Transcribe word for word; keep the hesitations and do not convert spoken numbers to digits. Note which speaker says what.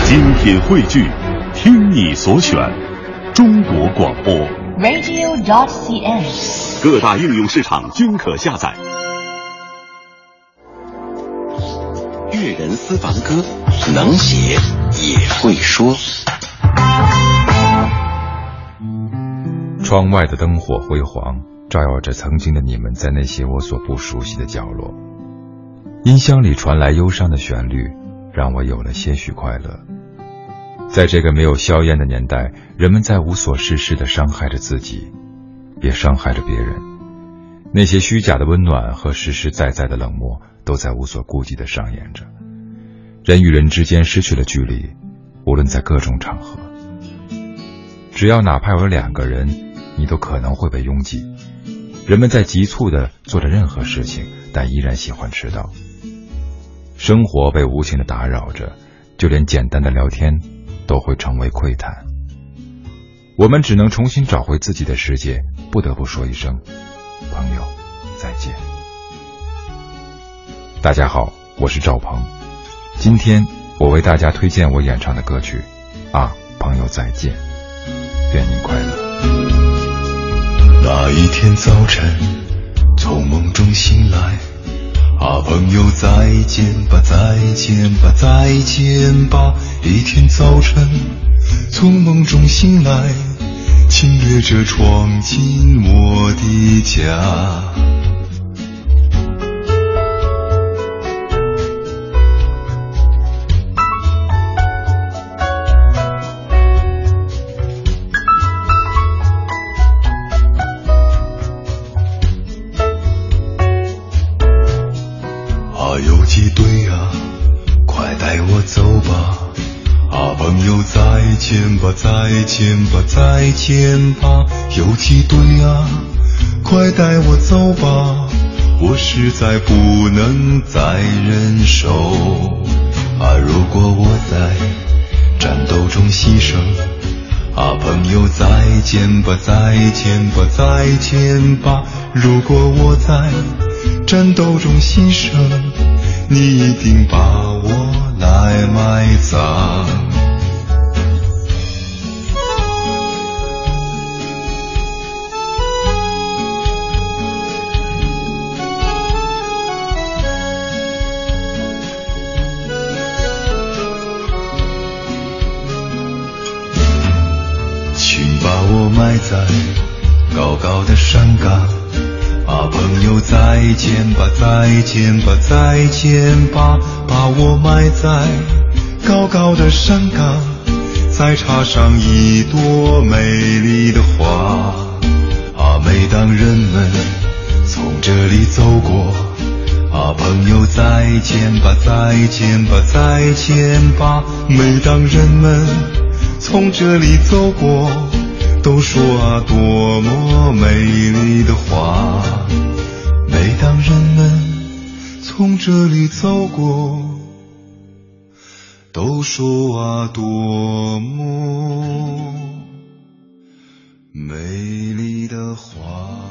Speaker 1: 精品汇聚，听你所选，中国广播
Speaker 2: radio dot c n，
Speaker 1: 各大应用市场均可下载。
Speaker 3: 粤人私房歌，能写也会说。
Speaker 4: 窗外的灯火辉煌，照耀着曾经的你们在那些我所不熟悉的角落。音箱里传来忧伤的旋律，让我有了些许快乐。在这个没有硝烟的年代，人们在无所事事地伤害着自己，也伤害着别人。那些虚假的温暖和实实在在的冷漠，都在无所顾忌地上演着。人与人之间失去了距离，无论在各种场合，只要哪怕有两个人，你都可能会被拥挤。人们在急促地做着任何事情，但依然喜欢迟到。生活被无情地打扰着，就连简单的聊天都会成为窥探。我们只能重新找回自己的世界，不得不说一声朋友再见。大家好，我是赵鹏，今天我为大家推荐我演唱的歌曲啊，朋友再见，愿您快乐。
Speaker 5: 那一天早晨从梦中醒来，啊，朋友再见吧，再见吧，再见吧。一天早晨从梦中醒来，侵略者闯进我的家。游击队啊，快带我走吧！啊，朋友再见吧，再见吧，再见吧！游击队啊，快带我走吧！我实在不能再忍受啊！如果我在战斗中牺牲，啊，朋友再见吧，再见吧，再见吧！如果我在战斗中牺牲，你一定把我来埋葬。请把我埋在高高的山岗，啊，朋友再见吧，再见吧，再见吧，把我埋在高高的山岗，再插上一朵美丽的花。啊，每当人们从这里走过，啊，朋友再见吧，再见吧，再见吧，每当人们从这里走过，都说啊，多么美丽的话。每当人们从这里走过，都说啊，多么美丽的话。